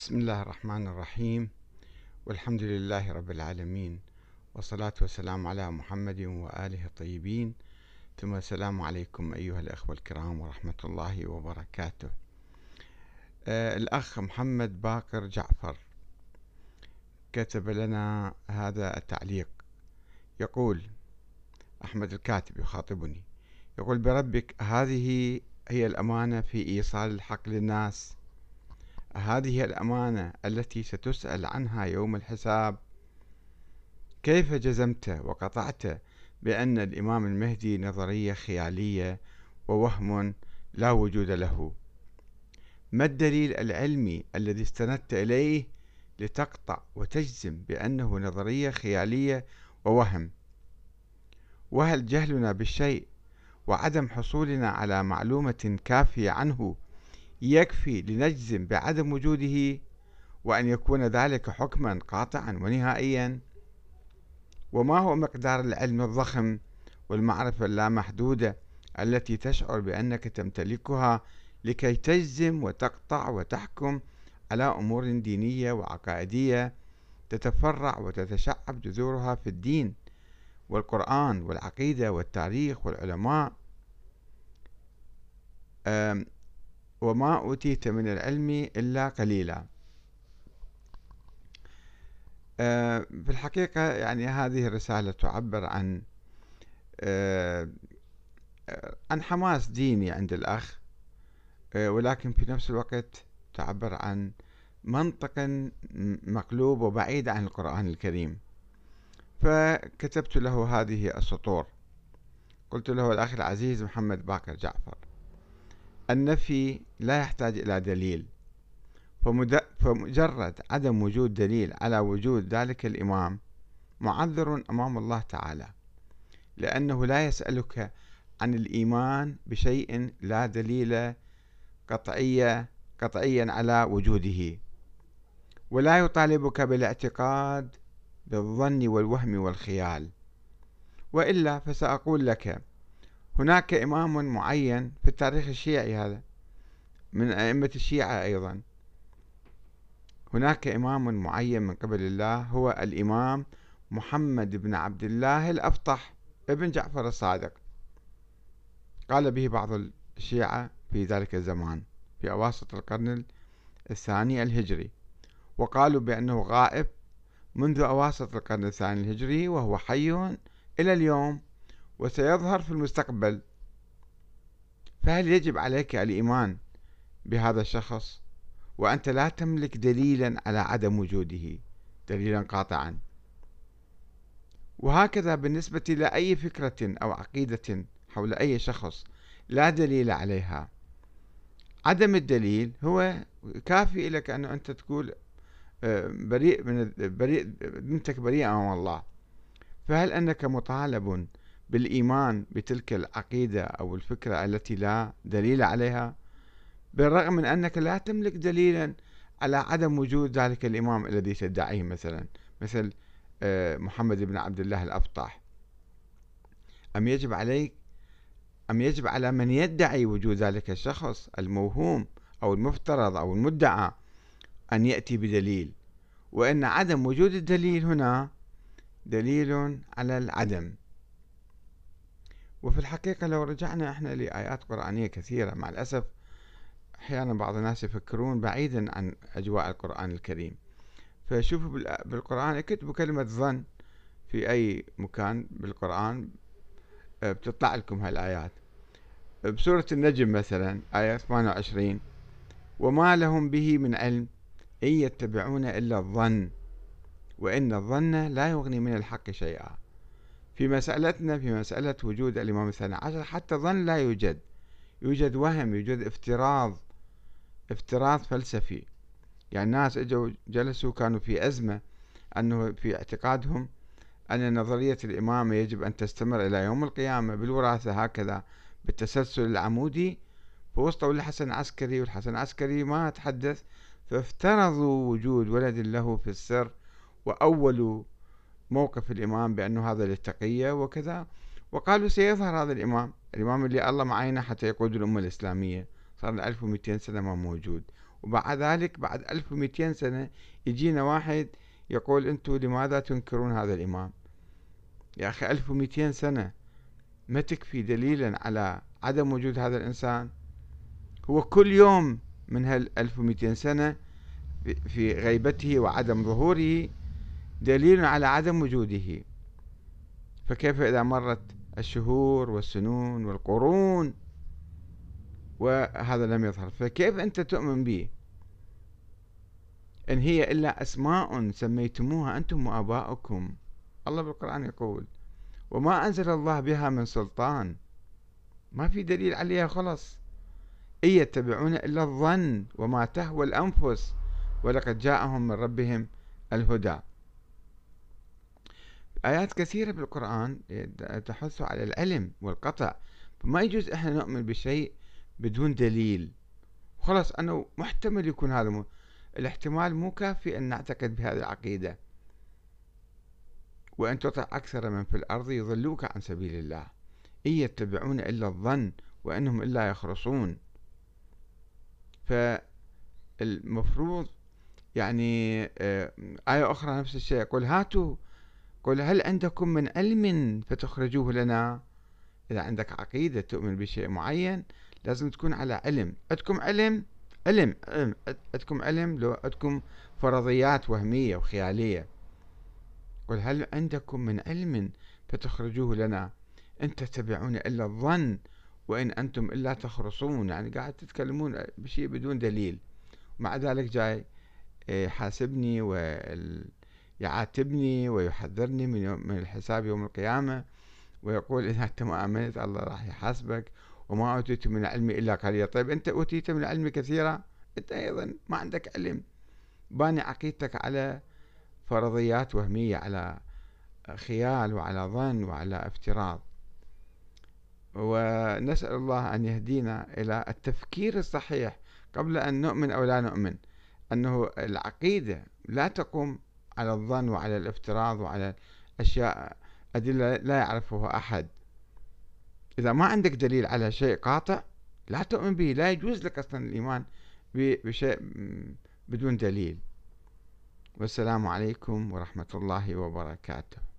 بسم الله الرحمن الرحيم، والحمد لله رب العالمين، والصلاة والسلام على محمد وآله الطيبين، ثم السلام عليكم أيها الأخوة الكرام ورحمة الله وبركاته. الأخ محمد باقر جعفر كتب لنا هذا التعليق، يقول: أحمد الكاتب يخاطبني، يقول: بربك، هذه هي الأمانة في إيصال الحق للناس؟ هذه الأمانة التي ستسأل عنها يوم الحساب؟ كيف جزمت وقطعت بأن الإمام المهدي نظرية خيالية ووهم لا وجود له؟ ما الدليل العلمي الذي استندت إليه لتقطع وتجزم بأنه نظرية خيالية ووهم؟ وهل جهلنا بالشيء وعدم حصولنا على معلومة كافية عنه يكفي لنجزم بعدم وجوده، وأن يكون ذلك حكما قاطعا ونهائيا؟ وما هو مقدار العلم الضخم والمعرفة اللامحدودة التي تشعر بأنك تمتلكها لكي تجزم وتقطع وتحكم على أمور دينية وعقائدية تتفرع وتتشعب جذورها في الدين والقرآن والعقيدة والتاريخ والعلماء؟ وما أوتيت من العلم إلا قليلا. في الحقيقة يعني هذه الرسالة تعبر عن حماس ديني عند الأخ، ولكن في نفس الوقت تعبر عن منطق مقلوب وبعيد عن القرآن الكريم. فكتبت له هذه السطور، قلت له: الأخ العزيز محمد باقر جعفر، النفي لا يحتاج إلى دليل، فمجرد عدم وجود دليل على وجود ذلك الإمام معذر أمام الله تعالى، لأنه لا يسألك عن الإيمان بشيء لا دليل قطعيا على وجوده، ولا يطالبك بالاعتقاد بالظن والوهم والخيال. وإلا فسأقول لك: هناك إمام معين في التاريخ الشيعي، هذا من أئمة الشيعة أيضا، هناك إمام معين من قبل الله هو الإمام محمد بن عبد الله الأبطح ابن جعفر الصادق. قال به بعض الشيعة في ذلك الزمان في أواسط القرن الثاني الهجري، وقالوا بأنه غائب منذ أواسط القرن الثاني الهجري وهو حي إلى اليوم وسيظهر في المستقبل. فهل يجب عليك الإيمان بهذا الشخص وأنت لا تملك دليلا على عدم وجوده، دليلا قاطعا؟ وهكذا بالنسبة لأي فكرة أو عقيدة حول أي شخص لا دليل عليها، عدم الدليل هو كافي لك أن أنت تقول بنتك بريئة أمام الله. فهل أنك مطالب بالإيمان بتلك العقيدة أو الفكرة التي لا دليل عليها، بالرغم من أنك لا تملك دليلا على عدم وجود ذلك الإمام الذي تدعيه، مثل محمد بن عبد الله الأبطح؟ أم يجب على من يدعي وجود ذلك الشخص الموهوم أو المفترض أو المدعى أن يأتي بدليل، وأن عدم وجود الدليل هنا دليل على العدم؟ وفي الحقيقة لو رجعنا احنا لآيات قرآنية كثيرة، مع الأسف أحيانا بعض الناس يفكرون بعيدا عن أجواء القرآن الكريم، فشوفوا بالقرآن يكتبوا كلمة ظن في أي مكان بالقرآن بتطلع لكم هالآيات. بسورة النجم مثلا آية 28: وما لهم به من علم إن يتبعون إلا الظن وإن الظن لا يغني من الحق شيئا. في مسألتنا، في مسألة وجود الإمام الثاني عشر، حتى ظن لا يوجد، يوجد وهم، يوجد افتراض فلسفي. يعني الناس اجوا جلسوا كانوا في أزمة، أنه في اعتقادهم أن نظرية الإمامة يجب أن تستمر إلى يوم القيامة بالوراثة، هكذا بالتسلسل العمودي. فوصلوا للحسن العسكري، والحسن العسكري ما تحدث، فافترضوا وجود ولد له في السر، وأولوا موقف الإمام بأنه هذا للتقية وكذا، وقالوا سيظهر هذا الإمام اللي الله معينه حتى يقود الأمة الإسلامية، صار له 1200 سنة ما موجود، وبعد ذلك بعد 1200 سنة يجينا واحد يقول أنتم لماذا تنكرون هذا الإمام؟ يا أخي 1200 سنة ما تكفي دليلا على عدم وجود هذا الإنسان؟ هو كل يوم من هال 1200 سنة في غيبته وعدم ظهوره دليل على عدم وجوده، فكيف إذا مرت الشهور والسنون والقرون وهذا لم يظهر؟ فكيف أنت تؤمن به إن هي إلا أسماء سميتموها أنتم وآباؤكم؟ الله بالقرآن يقول وما أنزل الله بها من سلطان، ما في دليل عليها خلص. إن يتبعون إلا الظن وما تهوى الأنفس ولقد جاءهم من ربهم الهدى. آيات كثيرة بالقرآن تحث على العلم والقطع، فما يجوز إحنا نؤمن بشيء بدون دليل. خلاص أنا محتمل يكون هذا الاحتمال مو كافي أن نعتقد بهذه العقيدة. وأن تطع أكثر من في الأرض يضلوك عن سبيل الله إن يتبعون إلا الظن وإنهم إلا يخرصون. فالمفروض يعني آية أخرى نفس الشيء، قل هاتوا قل هل عندكم من علم فتخرجوه لنا. إذا عندك عقيدة تؤمن بشيء معين لازم تكون على علم. عندكم علم عندكم علم لو عندكم فرضيات وهمية وخيالية. قل هل عندكم من علم فتخرجوه لنا إن تتبعون إلا الظن وإن أنتم إلا تخرصون، يعني قاعد تتكلمون بشيء بدون دليل، ومع ذلك جاي يحاسبني ويعاتبني ويحذرني من الحساب يوم القيامة، ويقول إذا أنت ما آمنت الله راح يحاسبك وما أوتيت من العلم إلا قليلا. طيب أنت أوتيت من العلم كثيرا، أنت أيضا ما عندك علم، باني عقيدتك على فرضيات وهمية، على خيال وعلى ظن وعلى افتراض. ونسأل الله أن يهدينا إلى التفكير الصحيح قبل أن نؤمن أو لا نؤمن، أنه العقيدة لا تقوم على الظن وعلى الافتراض وعلى أشياء أدلة لا يعرفها أحد. إذا ما عندك دليل على شيء قاطع لا تؤمن به، لا يجوز لك أصلا الإيمان بشيء بدون دليل. والسلام عليكم ورحمة الله وبركاته.